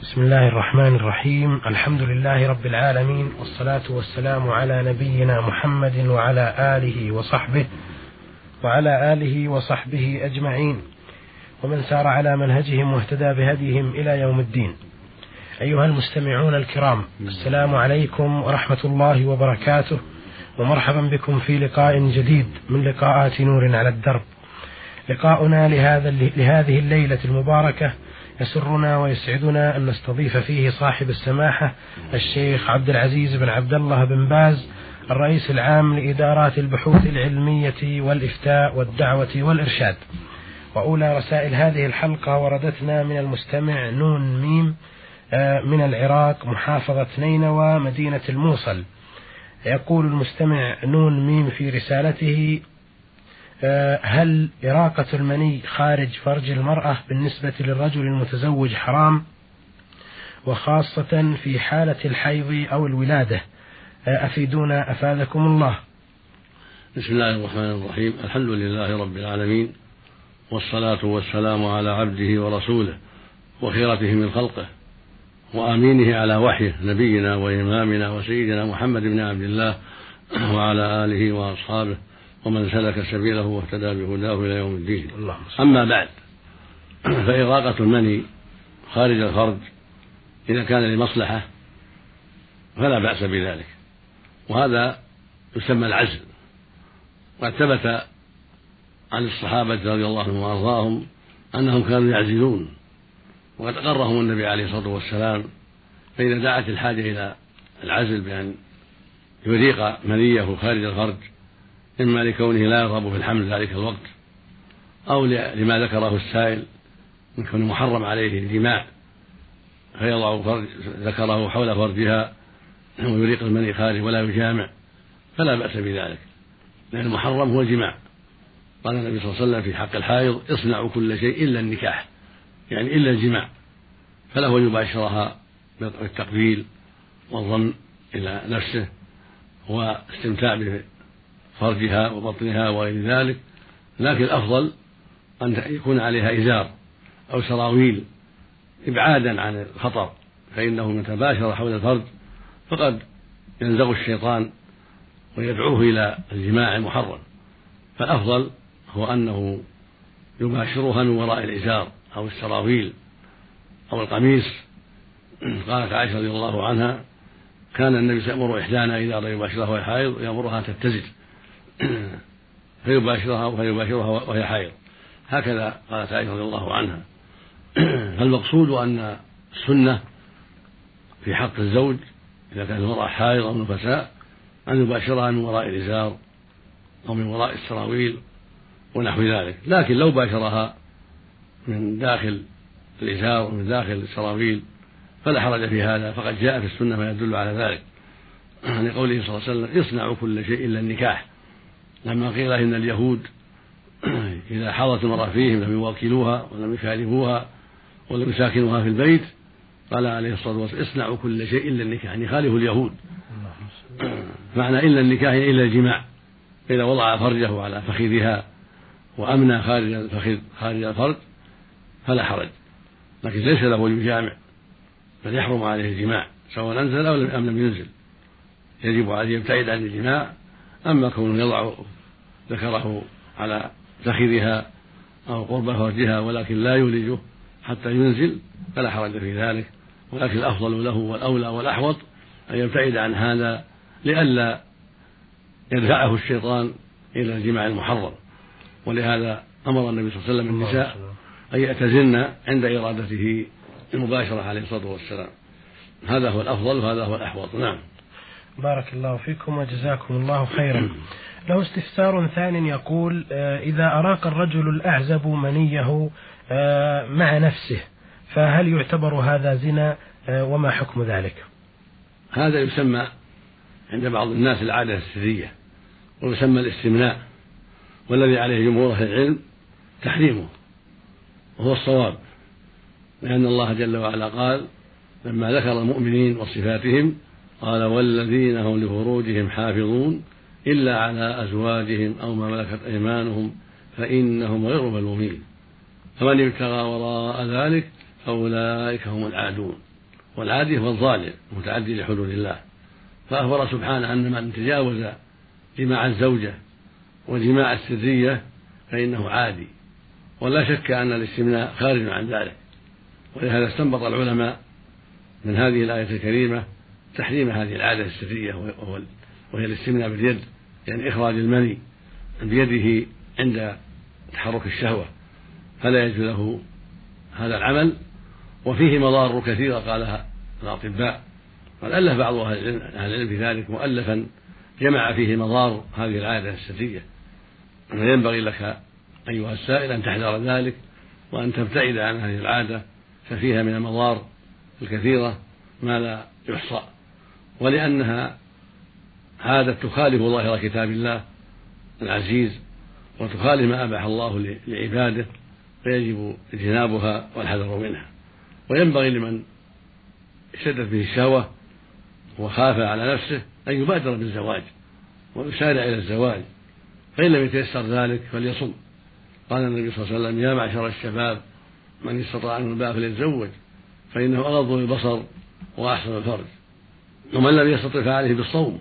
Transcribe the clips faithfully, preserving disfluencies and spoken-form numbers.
بسم الله الرحمن الرحيم. الحمد لله رب العالمين، والصلاة والسلام على نبينا محمد وعلى آله وصحبه وعلى آله وصحبه أجمعين، ومن سار على منهجهم واهتدى بهديهم إلى يوم الدين. أيها المستمعون الكرام، السلام عليكم ورحمة الله وبركاته، ومرحبا بكم في لقاء جديد من لقاءات نور على الدرب. لقاؤنا لهذا لهذه الليلة المباركة يسرنا ويسعدنا أن نستضيف فيه صاحب السماحة الشيخ عبد العزيز بن عبد الله بن باز، الرئيس العام لإدارات البحوث العلمية والإفتاء والدعوة والإرشاد. وأولى رسائل هذه الحلقة وردتنا من المستمع نون ميم من العراق، محافظة نينوى، مدينة الموصل. يقول المستمع نون ميم في رسالته: هل إراقة المني خارج فرج المرأة بالنسبة للرجل المتزوج حرام، وخاصة في حالة الحيض أو الولادة؟ أفيدونا أفادكم الله. بسم الله الرحمن الرحيم. الحمد لله رب العالمين، والصلاة والسلام على عبده ورسوله وخيرته من خلقه وأمينه على وحيه، نبينا وإمامنا وسيدنا محمد بن عبد الله وعلى آله وأصحابه ومن سلك سبيله واهتدى بهداه إلى يوم الدين. أما بعد، فإراقة المني خارج الفرج إذا كان لمصلحة فلا بأس بذلك، وهذا يسمى العزل. وقد ثبت عن الصحابة رضي الله عنهم وأرضاهم أنهم كانوا يعزلون، وقد أقرهم النبي عليه الصلاة والسلام، فإذا دعت الحاجة إلى العزل بأن يريق منيه خارج الفرج، إما لكونه لا يرغب في الحمل ذلك الوقت، أو لما ذكره السائل من كونه محرم عليه الجماع فيضع فرج ذكره حول فرجها ويريق المني خارج ولا يجامع، فلا بأس بذلك، لأن المحرم هو الجماع. قال النبي صلى الله عليه وسلم في حق الحائض: اصنعوا كل شيء إلا النكاح، يعني إلا الجماع، فله أن يباشرها بالتقبيل والضم إلى نفسه واستمتاع بفرجها وبطنها وغير ذلك، لكن الأفضل أن يكون عليها إزار أو سراويل إبعادا عن الخطر، فإنه من تباشر حول الفرج فقد ينزغ الشيطان ويدعوه إلى الجماع المحرم، فالأفضل هو أنه يباشرها من وراء الإزار أو السراويل أو القميص. قالت عائشة رضي الله عنها: كان النبي يأمر إحدانا إذا أراد يباشرها وهي حائض يأمرها أن تتزر فيباشرها ويباشرها وهي حائض، هكذا قالت عائشة رضي الله عنها. فالمقصود أن السنة في حق الزوج إذا كانت المرأة حائض أو نفساء أن يباشرها من وراء الإزار أو من وراء السراويل ونحو ذلك، لكن لو باشرها من داخل الإزار ومن داخل السراويل فلا حرج في هذا، فقد جاء في السنة ما يدل على ذلك، لقوله صلى الله عليه وسلم: اصنعوا كل شيء إلا النكاح. لما قيل إن اليهود إذا حضت المرأة فيهم لم يوكلوها ولم يشاربوها ولم يساكنوها في البيت، قال عليه الصلاة والسلام: اصنعوا كل شيء إلا النكاح، يعني خالفوا اليهود. معنى إلا النكاح إلا الجماع، إذا وضع فرجه على فخذها وأمنى خارج الفخذ خارج الفرج فلا حرج، لكن ليس له يجامع، بل يحرم عليه الجماع سواء أنزل أو لم ينزل، يجب عليه يبتعد عن الجماع. أما كونه يضع ذكره على فخذها أو قرب فرجها ولكن لا يولجه حتى ينزل فلا حرج في ذلك، ولكن الأفضل له والأولى والأحوط أن يبتعد عن هذا لئلا يدفعه الشيطان إلى الجماع المحرم. ولهذا أمر النبي صلى الله عليه وسلم النساء أن يعتزلن عند إرادته المباشرة عليه الصلاة والسلام، هذا هو الأفضل وهذا هو الأحوط. نعم. بارك الله فيكم وجزاكم الله خيرا. له استفسار ثان يقول: إذا أراق الرجل الأعزب منيه مع نفسه فهل يعتبر هذا زنا، وما حكم ذلك؟ هذا يسمى عند بعض الناس العادة السرية، ويسمى الاستمناء، والذي عليه جمهور أهل العلم تحريمه، وهو الصواب، لأن الله جل وعلا قال لما ذكر المؤمنين وصفاتهم قال: والذين هم لفروجهم حافظون إلا على أزواجهم أو ما ملكت أيمانهم فإنهم غير ملومين، فمن ابتغى وراء ذلك فأولئك هم العادون. والعادي هو الظالم متعدي لحدود الله. فأخبر سبحانه أن من تجاوز جماع الزوجة وجماع السرية فإنه عادي، ولا شك أن الاستمناء خارج عن ذلك. ولهذا استنبط العلماء من هذه الآية الكريمة تحريم هذه العادة السرية، وهي الاستمناء باليد، يعني إخراج المني بيده عند تحرك الشهوة، فلا يجوز له هذا العمل. وفيه مضار كثيرة قالها الأطباء، قد ألف بعض أهل العلم في ذلك مؤلفا جمع فيه مضار هذه العادة السرية. وينبغي لك أيها السائل أن تحذر ذلك وأن تبتعد عن هذه العادة، ففيها من المضار الكثيرة ما لا يحصى، ولأنها عادة تخالف ظاهر كتاب الله العزيز وتخالف ما أباح الله لعباده، فيجب اجتنابها والحذر منها. وينبغي لمن اشتدت به الشهوة وخاف على نفسه أن يبادر بالزواج ويسارع إلى الزواج، فإن لم يتيسر ذلك فليصم. قال النبي صلى الله عليه وسلم: يا معشر الشباب من استطاع منكم الباء فليتزوج فإنه أغض للبصر وأحسن الفرج، ومن لم يستطع فعليه بالصوم،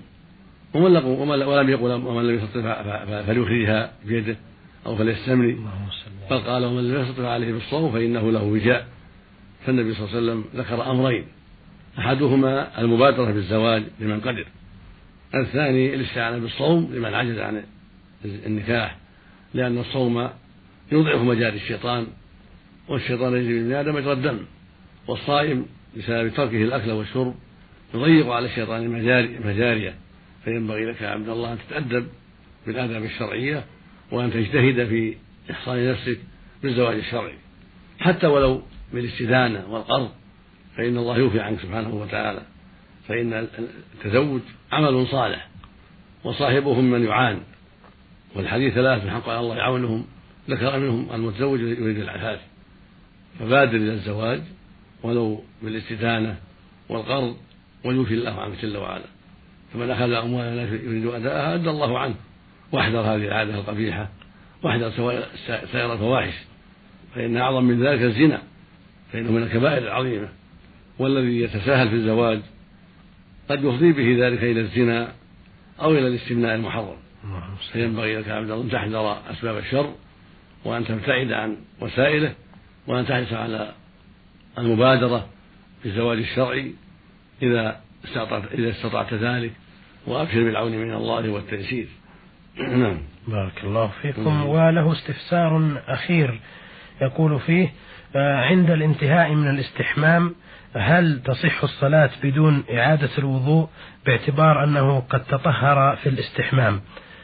ولم يقل ومن لم يستطع فليخرجها بيده أو فليستمني، بل قال ومن لم يستطع فعليه بالصوم فإنه له وجاء. فالنبي صلى الله عليه وسلم ذكر أمرين: أحدهما المبادرة بالزواج لمن قدر، الثاني الاستعانة بالصوم لمن عجز عن النكاح، لأن الصوم يضعف مجاري الشيطان، والشيطان يجري من آدم مجرى الدم، والصائم بسبب تركه الأكل والشرب يضيق على الشيطان مجاريه. فينبغي لك يا عبد الله أن تتأدب بالآداب الشرعية وأن تجتهد في إحصان نفسك بالزواج الشرعي، حتى ولو بالاستدانة والقرض، فإن الله يوفي عنك سبحانه وتعالى. فإن التزوج عمل صالح وصاحبهم من يعان، والحديث ثلاث من حق على الله يعاونهم، ذكر منهم المتزوج يريد العفاف، فبادر إلى الزواج ولو بالاستدانة والقرض ويوفي الله عنك جل وعلا. فمن أخذ أموال الناس يريد أداءها أدى الله عنه. واحذر هذه العادة القبيحة، واحذر سائر الفواحش، فإن أعظم من ذلك الزنا، فإنه من الكبائر العظيمة، والذي يتساهل في الزواج قد يفضي به ذلك إلى الزنا أو إلى الاستمناء المحرم. فينبغي لك يا عبد الله أن تحذر أسباب الشر وأن تبتعد عن وسائله، وأن تحرص على المبادرة بالزواج الشرعي إذا استطعت, إذا استطعت ذلك، وأبشر بالعون من الله والتيسير. نعم. بارك الله فيكم. وله استفسار أخير يقول فيه: عند الانتهاء من الاستحمام هل تصح الصلاة بدون إعادة الوضوء باعتبار أنه قد تطهر في الاستحمام؟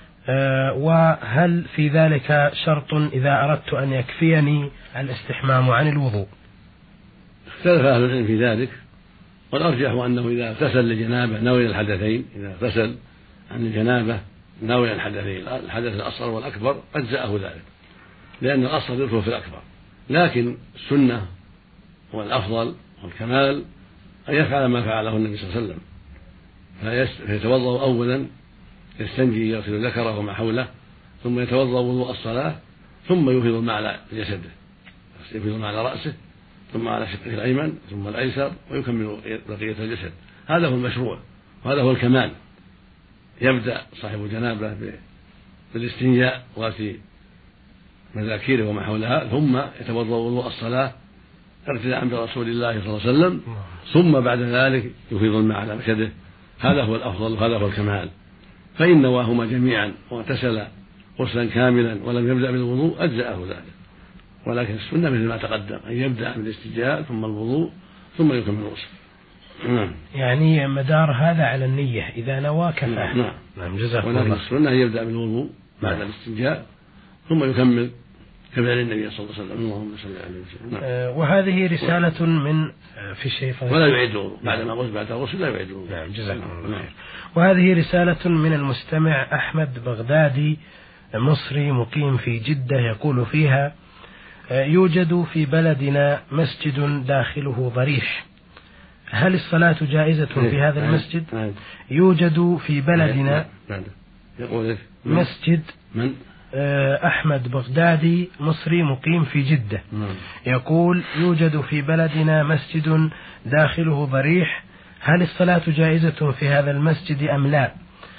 وهل في ذلك شرط إذا أردت أن يكفيني الاستحمام عن الوضوء؟ اختلف أهل العلم في ذلك، والأرجح أنه إذا اغتسل لجنابه ناوي الحدثين، إذا اغتسل عن الجنابة ناوي الحدثين، الحدث الأصغر والأكبر أجزأه ذلك، لأن الأصغر يدخل في الأكبر. لكن السنة والأفضل والكمال أن يفعل ما فعله النبي صلى الله عليه وسلم، فيتوضأ أولا، يستنجي يغسل ذكره وما حوله، ثم يتوضأ وضوء الصلاة، ثم يفيض الماء على جسده، يفيض الماء على رأسه، ثم على شقه الأيمن، ثم الأيسر، ويكمل بقية الجسد. هذا هو المشروع وهذا هو الكمال. يبدأ صاحب الجنابة بالاستنجاء وغسل مذاكيره وما حولها، ثم يتوضأ وضوء الصلاة ارتداء برسول الله صلى الله عليه وسلم، ثم بعد ذلك يفيض الماء على جسده. هذا هو الأفضل وهذا هو الكمال. فإن نواهما جميعا واغتسل غسلا كاملا ولم يبدأ بالوضوء أجزأه ذلك، ولكن السنة مثل ما تقدم أن يبدأ بالاستنجاء ثم الوضوء ثم يكمل الغسل. نعم. يعني مدار هذا على النية، إذا نوى كفاه. نعم. نعم. جزاكم الله. ولكن السنة أن يبدأ بالوضوء بعد الاستنجاء ثم يكمل كفعل النبي صلى الله عليه وسلم. اللهم صل عليه وسلم. نعم. آه وهذه رسالة من في الشيء ولا يعيد الوضوء بعد ما غسل بعد الغسل لا يعيد الوضوء. نعم. جزاكم الله خير. وهذه رسالة من المستمع أحمد بغدادي مصري مقيم في جدة، يقول فيها: يوجد في بلدنا مسجد داخله ضريح، هل الصلاة جائزة في هذا المسجد؟ يوجد في بلدنا يقول مسجد من أحمد بغدادي مصري مقيم في جدة، يقول: يوجد في بلدنا مسجد داخله ضريح، هل الصلاة جائزة في هذا المسجد أم لا؟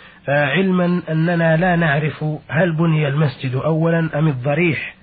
علما أننا لا نعرف هل بني المسجد أولا أم الضريح،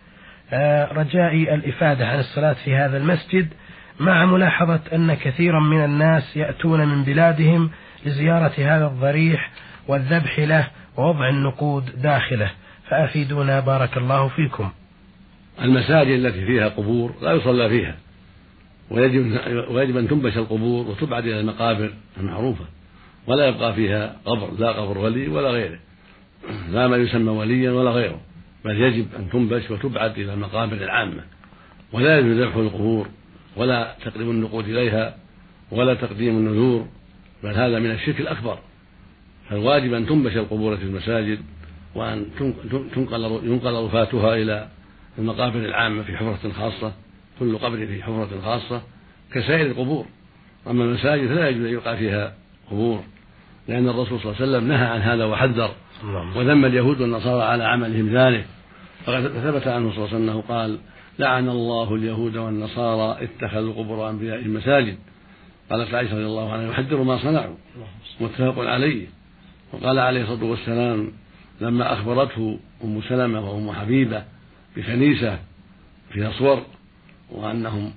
رجائي الإفادة عن الصلاة في هذا المسجد، مع ملاحظة أن كثيرا من الناس يأتون من بلادهم لزيارة هذا الضريح والذبح له ووضع النقود داخله، فأفيدونا بارك الله فيكم. المساجد التي فيها قبور لا يصلى فيها، ويجب, ويجب أن تنبش القبور وتبعد إلى المقابر المعروفة، ولا يبقى فيها قبر، لا قبر ولي ولا غيره، لا ما يسمى وليا ولا غيره، بل يجب أن تنبش وتبعد إلى المقابر العامة، ولا يجوز ذبح القبور ولا تقديم النقود إليها ولا تقديم النذور، بل هذا من الشرك الأكبر. فالواجب أن تنبش القبور في المساجد، وأن تنقل ينقل رفاتها إلى المقابر العامة في حفرة خاصة، كل قبر في حفرة خاصة كسائر القبور. أما المساجد فلا يجوز أن يلقى فيها قبور، لأن الرسول صلى الله عليه وسلم نهى عن هذا وحذر، وذم اليهود والنصارى على عملهم ذلك، فقد ثبت عنه صلى الله عليه وسلم أنه قال: لعن الله اليهود والنصارى اتخذوا قبور أنبيائهم مساجد. قالت عائشة رضي الله عنها: يحذر ما صنعوا، متفق عليه. وقال عليه الصلاة والسلام لما أخبرته أم سلمة وأم حبيبة بكنيسة فيها صور وأنهم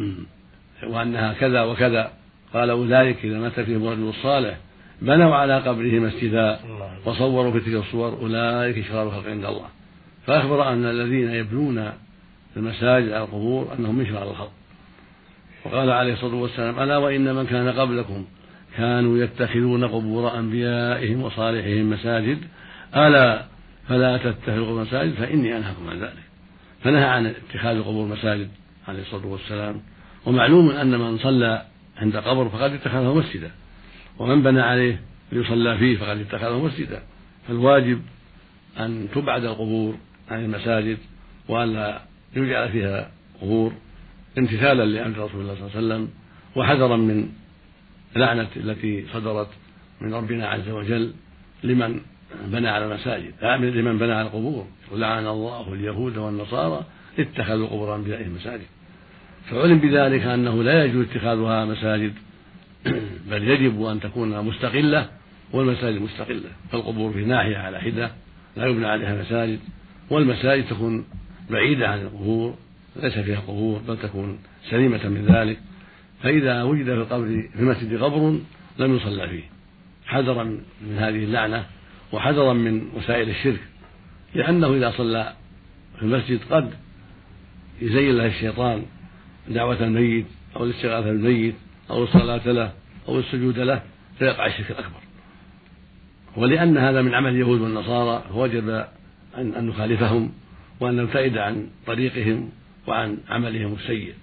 وأنها كذا وكذا، قال: أولئك إذا مات فيهم الرجل الصالح بنوا على قبره مسجدا وصوروا في تلك الصور، أولئك شرار الخلق عند الله. فأخبر أن الذين يبنون المساجد على القبور أنهم من شرار الخلق. وقال عليه الصلاة والسلام: ألا وإن من كان قبلكم كانوا يتخذون قبور أنبيائهم وصالحهم مساجد، ألا فلا تتخذوا مساجد فإني أنهاكم عن ذلك. فنهى عن اتخاذ قبور مساجد عليه الصلاة والسلام. ومعلوم أن من صلى عند قبر فقد اتخذه مسجدا، ومن بنى عليه ليصلى فيه فقد اتخذه مسجدا. فالواجب أن تبعد القبور عن المساجد وأن لا يجعل فيها قبور، امتثالا لأمر رسول الله صلى الله عليه وسلم، وحذرا من لعنة التي صدرت من ربنا عز وجل لمن بنى على المساجد، لمن بنى على القبور، لعن الله اليهود والنصارى اتخذوا قبور أنبيائهم مساجد. فعلم بذلك أنه لا يجوز اتخاذها مساجد، بل يجب أن تكون مستقلة والمساجد مستقلة، فالقبور في ناحية على حدة لا يبنى عليها مساجد، والمساجد تكون بعيدة عن القبور ليس فيها قبور بل تكون سليمة من ذلك. فإذا وجد في القبر في المسجد قبر لم يصلى فيه، حذرا من هذه اللعنة وحذرا من وسائل الشرك، لأنه إذا صلى في المسجد قد يزين له الشيطان دعوة الميت أو الاستغاثة بالميت أو الصلاة له أو السجود له، فيقع الشرك الأكبر. ولأن هذا من عمل اليهود والنصارى وجب أن نخالفهم وأن نبتعد عن طريقهم وعن عملهم السيء.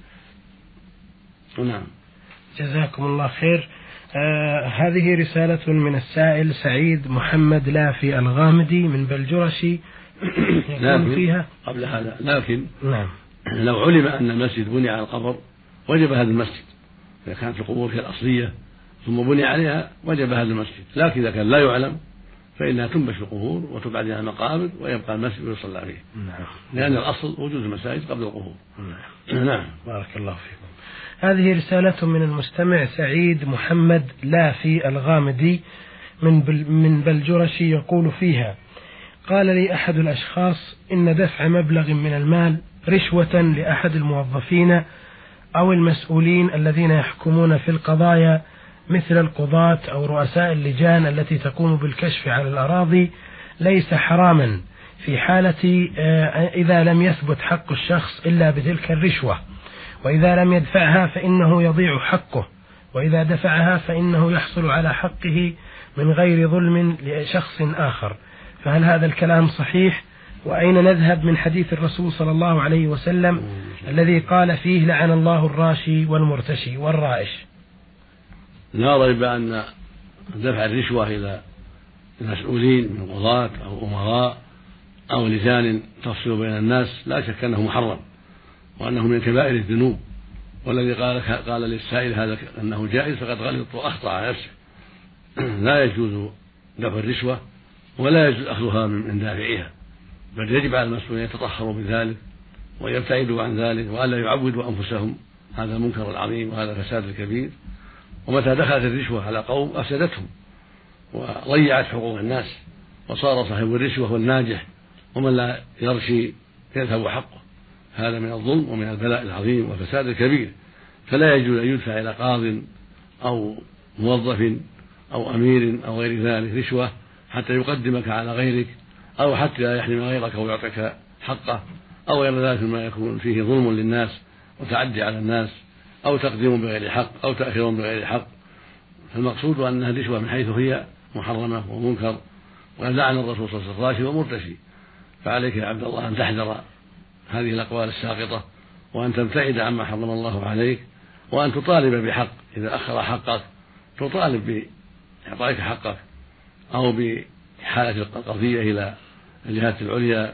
نعم. جزاكم الله خير. آه هذه رسالة من السائل سعيد محمد لافي الغامدي من بلجرشي يقول فيها قبل هذا لكن نعم لو علم أن المسجد بني على القبر وجب هذا المسجد، إذا كانت القبور هي الأصلية ثم بني عليها وجب هذا المسجد، لكن إذا كان لا يعلم فإنها تنبش القبور وتبعد عن المقابر ويبقى المسجد ويصلى فيه. نعم. لأن الأصل وجود المساجد قبل القبور. نعم. نعم. بارك الله فيكم. هذه رسالة من المستمع سعيد محمد لافي الغامدي من بل من بلجرشي يقول فيها: قال لي أحد الأشخاص إن دفع مبلغ من المال رشوة لأحد الموظفين أو المسؤولين الذين يحكمون في القضايا مثل القضاة أو رؤساء اللجان التي تقوم بالكشف على الأراضي ليس حراما في حالة إذا لم يثبت حق الشخص إلا بتلك الرشوة، وإذا لم يدفعها فإنه يضيع حقه، وإذا دفعها فإنه يحصل على حقه من غير ظلم لشخص آخر. فهل هذا الكلام صحيح؟ وأين نذهب من حديث الرسول صلى الله عليه وسلم الذي قال فيه: لعن الله الراشي والمرتشي والرائش؟ لا ريب أن دفع الرشوة إلى المسؤولين من قضاة أو أمراء أو لجان تفصل بين الناس لا شك أنه محرم وأنه من كبائر الذنوب، والذي قال قال للسائل هذا أنه جائز فقد غلط وأخطأ على نفسه. لا يجوز دفع الرشوة ولا يجوز أخذها من دافعها، بل يجب على المسؤولين أن يتطهروا من ذلك ويبتعدوا عن ذلك وألا يعودوا أنفسهم هذا المنكر العظيم وهذا الفساد الكبير. ومتى دخلت الرشوة على قوم أفسدتهم وضيعت حقوق الناس، وصار صاحب الرشوة هو الناجح ومن لا يرشي يذهب حقه. هذا من الظلم ومن البلاء العظيم والفساد الكبير. فلا يجوز أن يدفع إلى قاض أو موظف أو أمير أو غير ذلك رشوة حتى يقدمك على غيرك، أو حتى يحرم غيرك أو يعطيك حقه، أو غير ذلك مما يكون فيه ظلم للناس وتعدي على الناس، أو تقديم بغير حق أو تأخير بغير حق. فالمقصود أنها الرشوة من حيث هي محرمة ومنكر، وقد لعن الرسول صلى الله عليه وسلم الراشي والمرتشي. فعليك يا عبد الله أن تحذر هذه الأقوال الساقطة، وأن تبتعد عما حرم الله عليك، وأن تطالب بحق. إذا أخر حقك تطالب بإعطائك حقك، أو بإحالة القضية إلى الجهات العليا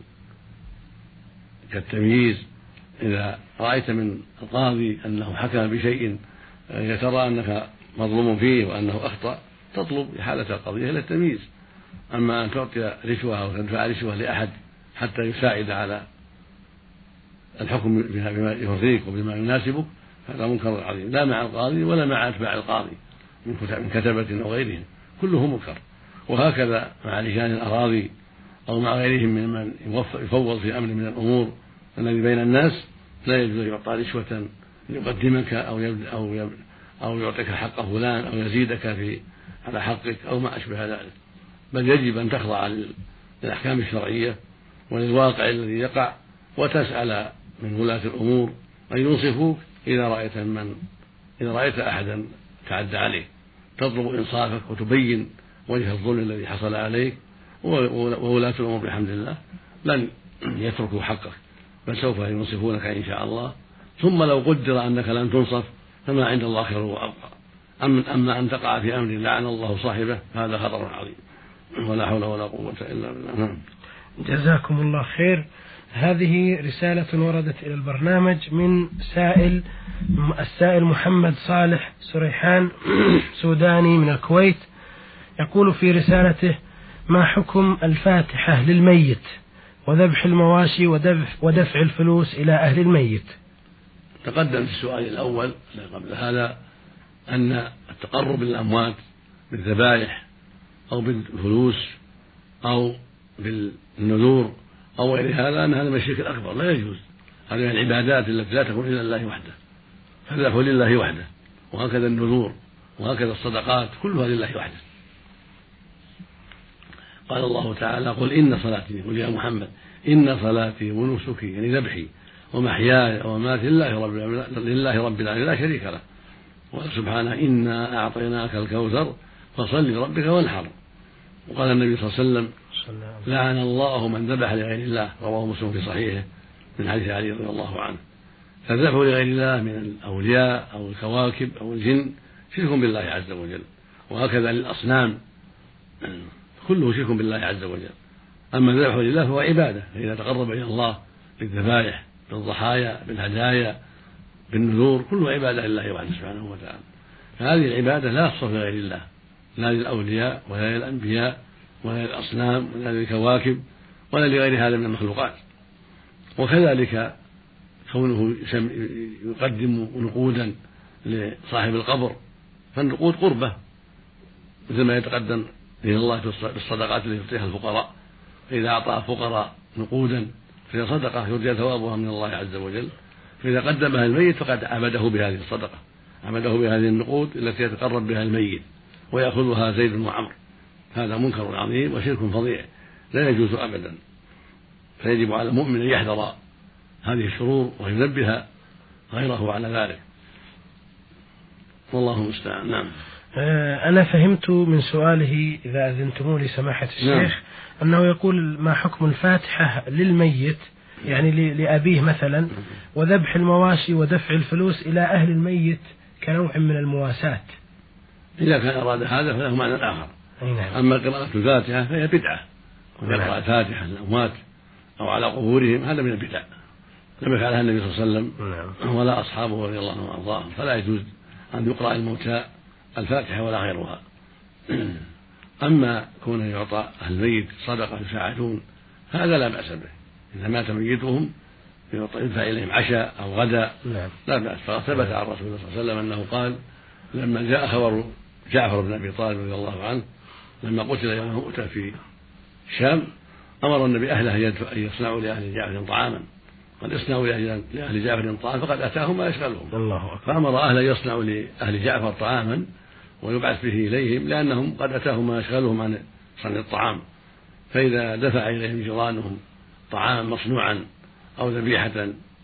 كالتمييز. إذا رأيت من القاضي أنه حكم بشيء يترى أنك مظلوم فيه وأنه أخطأ تطلب إحالة القضية إلى التمييز. أما أن تعطي رشوة أو تدفع رشوة لأحد حتى يساعد على الحكم بما يرضيك وبما يناسبك هذا منكر عظيم، لا مع القاضي ولا مع أتباع القاضي من كتبة أو غيرهم، كله منكر. وهكذا مع لجان الأراضي أو مع غيرهم ممن يفوض في أمر من الأمور الذي بين الناس، لا يجوز يعطى رشوة يقدمك أو أو أو يعطيك حق فلان أو يزيدك في على حقك أو ما أشبه ذلك. بل يجب أن تخضع للأحكام الشرعية وللواقع الذي يقع، وتسأل من ولاة الأمور أن ينصفوك إذا رأيت من إذا رأيت أحدا تعدى عليك، تطلب إنصافك وتبين وجه الظلم الذي حصل عليك. وولاة الأمور بحمد الله لن يتركوا حقك، بل سوف ينصفونك إن شاء الله. ثم لو قدر أنك لن تنصف فما عند الله خير وأبقى. أما أن تقع في أمر لعن الله صاحبه هذا خطر عظيم، ولا حول ولا قوة إلا بالله. جزاكم الله خير. هذه رسالة وردت إلى البرنامج من سائل السائل محمد صالح سريحان سوداني من الكويت، يقول في رسالته: ما حكم الفاتحة للميت وذبح المواشي ودفع الفلوس إلى أهل الميت؟ تقدم في السؤال الأول قبل هذا أن التقرب للأموات بالذبائح أو بالفلوس أو بالنذور أو غير هذا أن هذا من الشرك الأكبر، لا يجوز. هذه من العبادات التي لا تكون إلا لله وحده، فالذبح لله وحده، وهكذا النذور وهكذا الصدقات كلها لله وحده. قال الله تعالى: قل إن صلاتي، قل يا محمد إن صلاتي ونسكي يعني ذبحي ومحياي ومماتي لله رب لله رب العالمين لا شريك له. وقال سبحانه: إنا أعطيناك الكوثر فصل لربك وانحر. وقال النبي صلى الله عليه وسلم: لعن الله من ذبح لغير الله، رواه مسلم في صحيحه من حديث علي رضي الله عنه. فالذبح لغير الله من الأولياء أو الكواكب أو الجن شرك بالله عز وجل، وهكذا للأصنام كله شرك بالله عز وجل. أما الذبح لله فهو عبادة، فإذا تقرب إلى الله بالذبائح بالضحايا بالهدايا بالنذور كله عبادة لله وحده سبحانه وتعالى. فهذه العبادة لا تصرف لغير الله، لا للأولياء ولا للأنبياء ولا للأصنام ولا للكواكب ولا لغير هذا من المخلوقات. وكذلك كونه يقدم نقودا لصاحب القبر، فالنقود قربة مثل ما يتقدم إلى الله بالصدقات التي يعطيها الفقراء، فإذا أعطى فقراء نقودا فهي صدقة يرجى ثوابها من الله عز وجل، فإذا قدمها الميت فقد عبده بهذه الصدقة، عبده بهذه النقود التي يتقرب بها الميت ويأخذها زيد وعمر. هذا منكر عظيم وشرك فظيع لا يجوز أبدا. فيجب على المؤمن أن يحذر هذه الشرور وينبه غيره على ذلك، والله المستعان. نعم. أنا فهمت من سؤاله إذا أذنتموا لي سماحة الشيخ نعم. أنه يقول: ما حكم الفاتحة للميت يعني لأبيه مثلا، وذبح المواشي ودفع الفلوس إلى أهل الميت كنوع من المواساة؟ إذا كان أراد هذا فله معنى آخر. نعم. أما قراءة الفاتحة فهي بدعة، ويقرأ الفاتحة للأموات أو على قبورهم هذا من البدع، لم يفعلها النبي صلى الله عليه وسلم نعم. ولا أصحابه رضي الله عنهم وأرضاهم، فلا يجوز أن يقرأ الموتى الفاتحة ولا غيرها. أما كونه يعطى أهل الميت صدقة يساعدون هذا لا بأس به. إذا مات ميتهم يدفع إليهم عشاء أو غدا لا بأس. فثبت عن رسول الله صلى الله عليه وسلم أنه قال لما جاء خبر جعفر بن أبي طالب رضي الله عنه لما قتل يوم مؤتة في الشام أمر النبي أهله أن يصنعوا لأهل جعفر طعاما، قد اصنعوا لأهل جعفر طعاما فقد أتاهم ما يشغلهم. الله أكبر. فأمر أهله يصنعوا لأهل جعفر طعاما ويبعث به إليهم لأنهم قد أتاهم ما يشغلهم عن صنع الطعام، فإذا دفع إليهم جيرانهم طعاما مصنوعا أو ذبيحة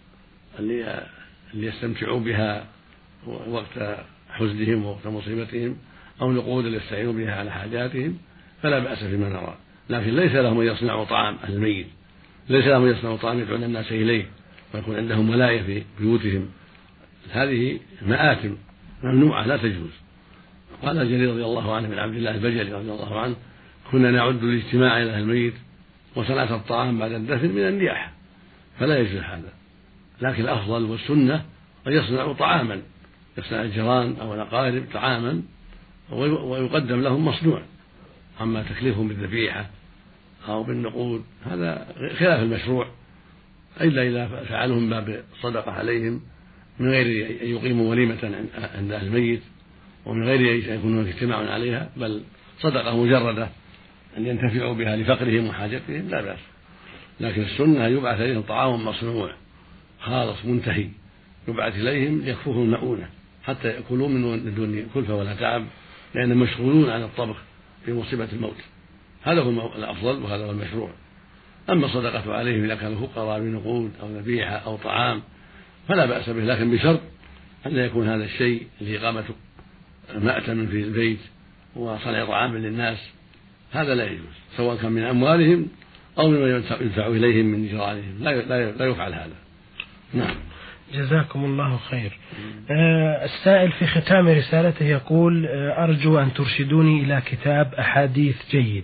ليستمتعوا بها وقت حزنهم ووقت مصيبتهم أو نقود ليستعينوا بها على حاجاتهم فلا بأس فيما نرى. لكن ليس لهم أن يصنعوا طعام أهل الميت، ليس لهم أن يصنعوا طعام يدعون الناس إليه ويكون عندهم ولاية في بيوتهم، هذه مآثم ممنوعة لا تجوز. قال جرير رضي الله عنه من عبد الله البجلي رضي الله عنه كنا نعد الاجتماع إلى أهل الميت وصنعة الطعام بعد الدفن من النياحة فلا يجوز هذا، لكن الأفضل والسنة أن يصنعوا طعاما، يصنع الجيران أو الأقارب طعاما ويقدم لهم مصنوع. أما تكليفهم بالذبيحة أو بالنقود هذا خلاف المشروع، إلا إذا فعلوا من باب الصدقة عليهم من غير أن يقيموا وليمة عند أهل الميت ومن غير أن يكونوا اجتماع عليها، بل صدقة مجردة أن ينتفعوا بها لفقرهم وحاجتهم لا بأس. لكن السنة يبعث إليهم طعام مصنوع خالص منتهي يبعث إليهم يكفوهم المؤونة حتى يأكلوا من دون كلفة ولا تعب، لأنهم مشغولون عن الطبخ في مصيبة الموت. هذا هو الأفضل وهذا هو المشروع. أما الصدقة عليهم إذا كانوا فقراء بنقود أو ذبيحة أو طعام فلا بأس به، لكن بشرط أن لا يكون هذا الشيء لإقامة مأتم في البيت وصنع طعام للناس، هذا لا يجوز سواء كان من أموالهم أو مما يدفع إليهم من جيرانهم، لا يفعل هذا. نعم. جزاكم الله خير. آه السائل في ختام رسالته يقول آه أرجو أن ترشدوني إلى كتاب أحاديث جيد.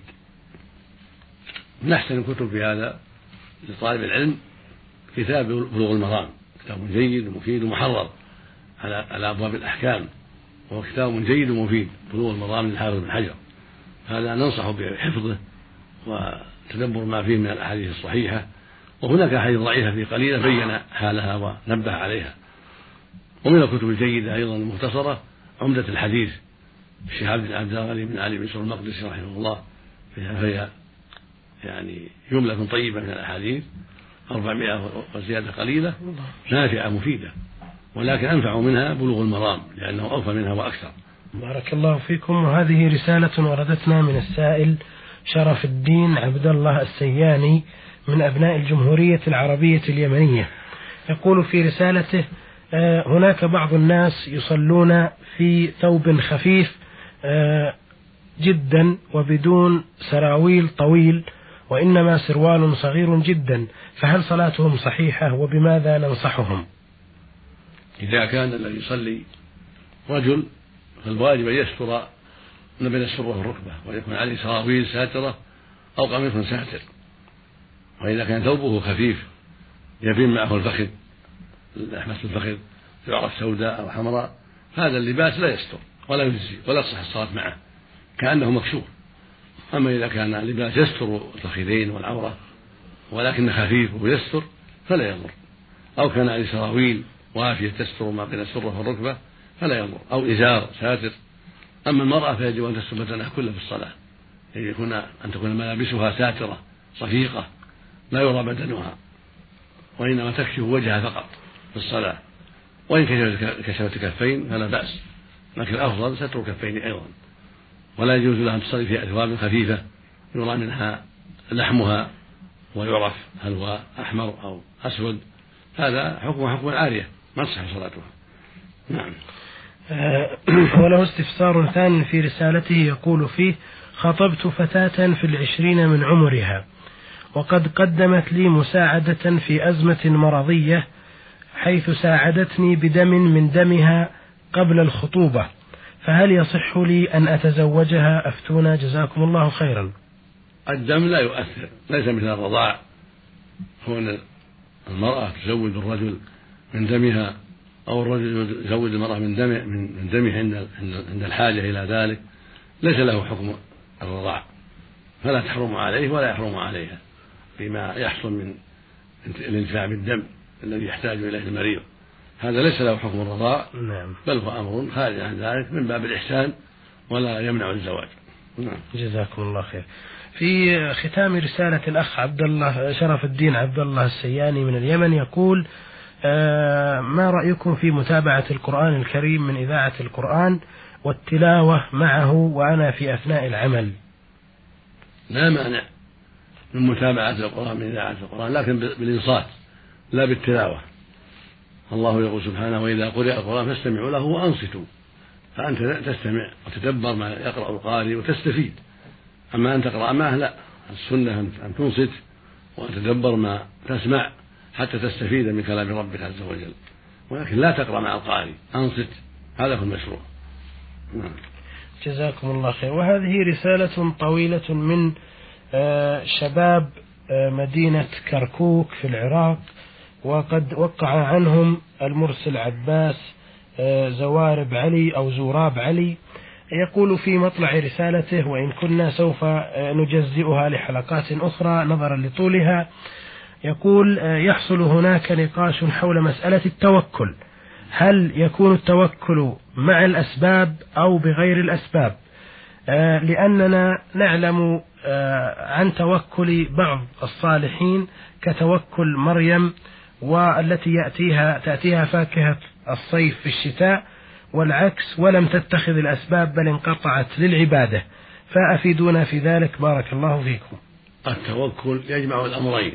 من أحسن الكتب في هذا لطالب العلم كتاب بلوغ المرام، كتاب جيد ومفيد ومحرر على على أبواب الأحكام، وهو كتاب جيد ومفيد بلوغ المرام للحافظ بن حجر، هذا ننصح بحفظه وتدبر ما فيه من الأحاديث الصحيحة، وهناك أحاديث ضعيفة في قليلة بين حالها ونبه عليها. ومن الكتب الجيدة أيضا المختصرة عمدة الحديث الشيخ عبد الغني بن علي بن سعود المقدسي رحمه الله، فيها يعني جملة طيبة من الأحاديث أربعمائة وزيادة قليلة نافعة مفيدة، ولكن أنفع منها بلوغ المرام لأنه أوفى منها وأكثر. بارك الله فيكم. وهذه رسالة وردتنا من السائل شرف الدين عبد الله السياني من أبناء الجمهورية العربية اليمنية، يقول في رسالته هناك بعض الناس يصلون في ثوب خفيف جدا وبدون سراويل طويل وإنما سروال صغير جدا، فهل صلاتهم صحيحة وبماذا ننصحهم؟ إذا كان الذي يصلي رجل فالواجب أن يستر ما بين السرة والركبة ويكون عليه سراويل ساترة أو قميص ساتر. وإذا كان ثوبه خفيف يبين معه الفخذ لحمة الفخذ يعرف سوداء أو حمراء هذا اللباس لا يستر ولا يجزي ولا تصح الصلاة معه كأنه مكشوف. أما إذا كان اللباس يستر الفخذين والعورة ولكن خفيف ويستر فلا يضر، أو كان عليه سراويل وافية تستر ما بين السرة والركبة فلا يضر، أو إزار ساتر. أما المرأة فيجب أن تستر بدنها كله في الصلاة، يكون أن تكون ملابسها ساترة صفيقة لا يرى بدنها وإنما تكشف وجهها فقط في الصلاة، وإن كشفت الكفين فلا بأس، لكن الأفضل ستر الكفين أيضا. ولا يجوز لها أن تصلي في أثواب خفيفة يرى منها لحمها ويعرف هل هو أحمر أو أسود، هذا حكم حكم العارية ما تصح صلاتها. نعم. وله استفسار ثاني في رسالته يقول فيه خطبت فتاة في العشرين من عمرها وقد قدمت لي مساعدة في أزمة مرضية حيث ساعدتني بدم من دمها قبل الخطوبة، فهل يصح لي أن أتزوجها؟ أفتونا جزاكم الله خيرا. الدم لا يؤثر، ليس مثل الرضاع، كون المرأة تزوج الرجل من دمها أو الرجل يزوج المرأة من دمه من دمه عند عند الحاجة إلى ذلك ليس له حكم الرضاع، فلا تحرم عليه ولا يحرم عليها، فيما يحصل من الانتفاع بالدم الذي يحتاج إليه المريض. هذا ليس له حكم الرضاع، نعم. بل هو أمر خارج عن ذلك من باب الإحسان ولا يمنع الزواج. نعم. جزاكم الله خير. في ختام رسالة الأخ عبد الله شرف الدين عبد الله السياني من اليمن يقول: آه ما رأيكم في متابعة القرآن الكريم من إذاعة القرآن والتلاوة معه وأنا في أثناء العمل؟ لا مانع من متابعة القرآن من إذاعة القرآن، لكن بالإنصات لا بالتلاوة. الله يقول سبحانه: وإذا قرئ القرآن فاستمعوا له وأنصتوا. فأنت تستمع وتدبر ما يقرأ القارئ وتستفيد. أما أن تقرأ معه لا، السنة أن تنصت وتدبر ما تسمع حتى تستفيد من كلام ربك عز وجل، ولكن لا تقرأ مع القارئ، أنصت، هذا هو المشروع. نعم. جزاكم الله خير. وهذه رسالة طويلة من شباب مدينة كركوك في العراق، وقد وقع عنهم المرسل عباس زوارب علي أو زوراب علي. يقول في مطلع رسالته: وإن كنا سوف نجزئها لحلقات أخرى نظرا لطولها، يقول: يحصل هناك نقاش حول مسألة التوكل، هل يكون التوكل مع الأسباب أو بغير الأسباب؟ لأننا نعلم عن توكل بعض الصالحين كتوكل مريم، والتي يأتيها تأتيها فاكهة الصيف في الشتاء والعكس، ولم تتخذ الأسباب بل انقطعت للعبادة، فأفيدونا في ذلك بارك الله فيكم. التوكل يجمع الأمرين،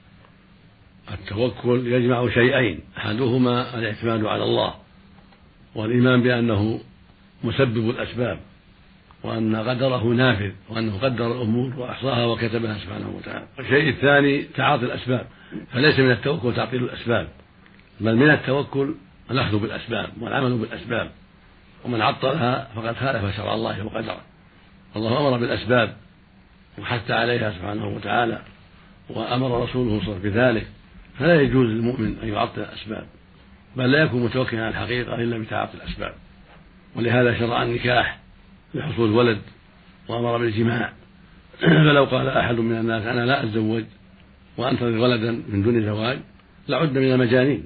التوكل يجمع شيئين: أحدهما الاعتماد على الله والإيمان بأنه مسبب الأسباب، وأن قدره نافذ، وأنه قدر الأمور وأحصاها وكتبها سبحانه وتعالى. الشيء الثاني تعاطي الأسباب، فليس من التوكل تعطيل الأسباب، بل من التوكل الأخذ بالأسباب والعمل بالأسباب، ومن عطلها فقد خالف شرع الله وقدره. الله أمر بالأسباب وحث عليها سبحانه وتعالى، وأمر رسوله صلى الله عليه وسلم بذلك، فلا يجوز للمؤمن أن يعطل الأسباب، بل لا يكون متوكلا على الحقيقة إلا بتعاطي الأسباب. ولهذا شرع النكاح لحصول ولد وأمر بالجماع. فلو قال أحد من الناس: أنا لا أتزوج وأنتظر ولدا من دون زواج، لعد من المجانين.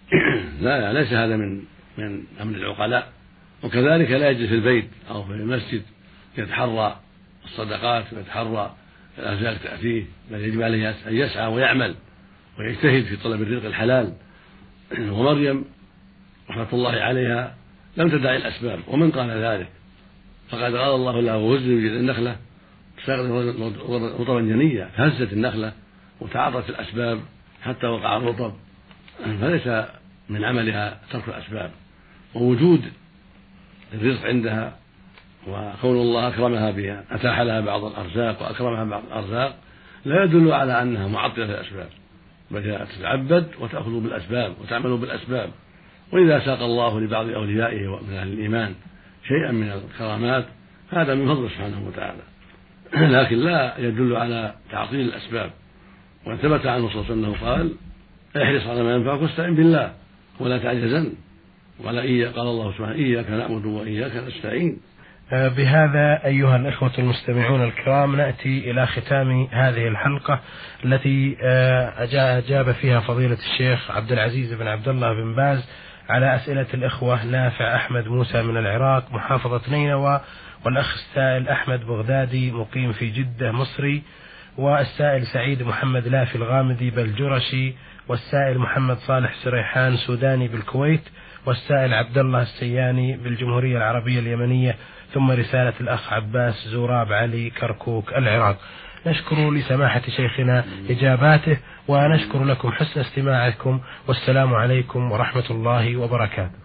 لا، ليس هذا من من أمر العقلاء. وكذلك لا يجلس في البيت أو في المسجد يتحرى الصدقات ويتحرى الأرزاق تأتيه، بل يجب عليه أن يسعى ويعمل ويجتهد في طلب الرزق الحلال. ومريم رحمة الله عليها لم تدع الأسباب، ومن قال ذلك فقد قال الله له: وهز بجذع النخلة تساقط رطبا جنيا، فهزت النخلة وتعاطت الأسباب حتى وقع الرطب. فليس من عملها ترك الأسباب، ووجود الرزق عندها وكون الله أكرمها بها أتاح لها بعض الأرزاق وأكرمها بعض الأرزاق لا يدل على أنها معطلة للأسباب، بل تتعبد وتأخذ بالأسباب وتعمل بالأسباب. وإذا ساق الله لبعض أوليائه ومن أهل الإيمان شيئا من الكرامات هذا من فضله سبحانه وتعالى، لكن لا يدل على تعطيل الأسباب. وثبت عنه صلى الله عليه وسلم قال: احرص على ما ينفعك واستعن بالله ولا تعجزن. قال إياك قال الله سبحانه: إياك نعبد وإياك نستعين. بهذا أيها الإخوة المستمعون الكرام نأتي إلى ختام هذه الحلقة التي أجاب فيها فضيلة الشيخ عبد العزيز بن عبد الله بن باز على أسئلة الإخوة نافع أحمد موسى من العراق محافظة نينوى، والأخ السائل أحمد بغدادي مقيم في جدة مصري، والسائل سعيد محمد لافي الغامدي بالجرشي، والسائل محمد صالح سريحان سوداني بالكويت، والسائل عبد الله السياني بالجمهورية العربية اليمنية، ثم رسالة الأخ عباس زوراب علي كركوك العراق. نشكر لسماحة شيخنا إجاباته، ونشكر لكم حسن استماعكم، والسلام عليكم ورحمة الله وبركاته.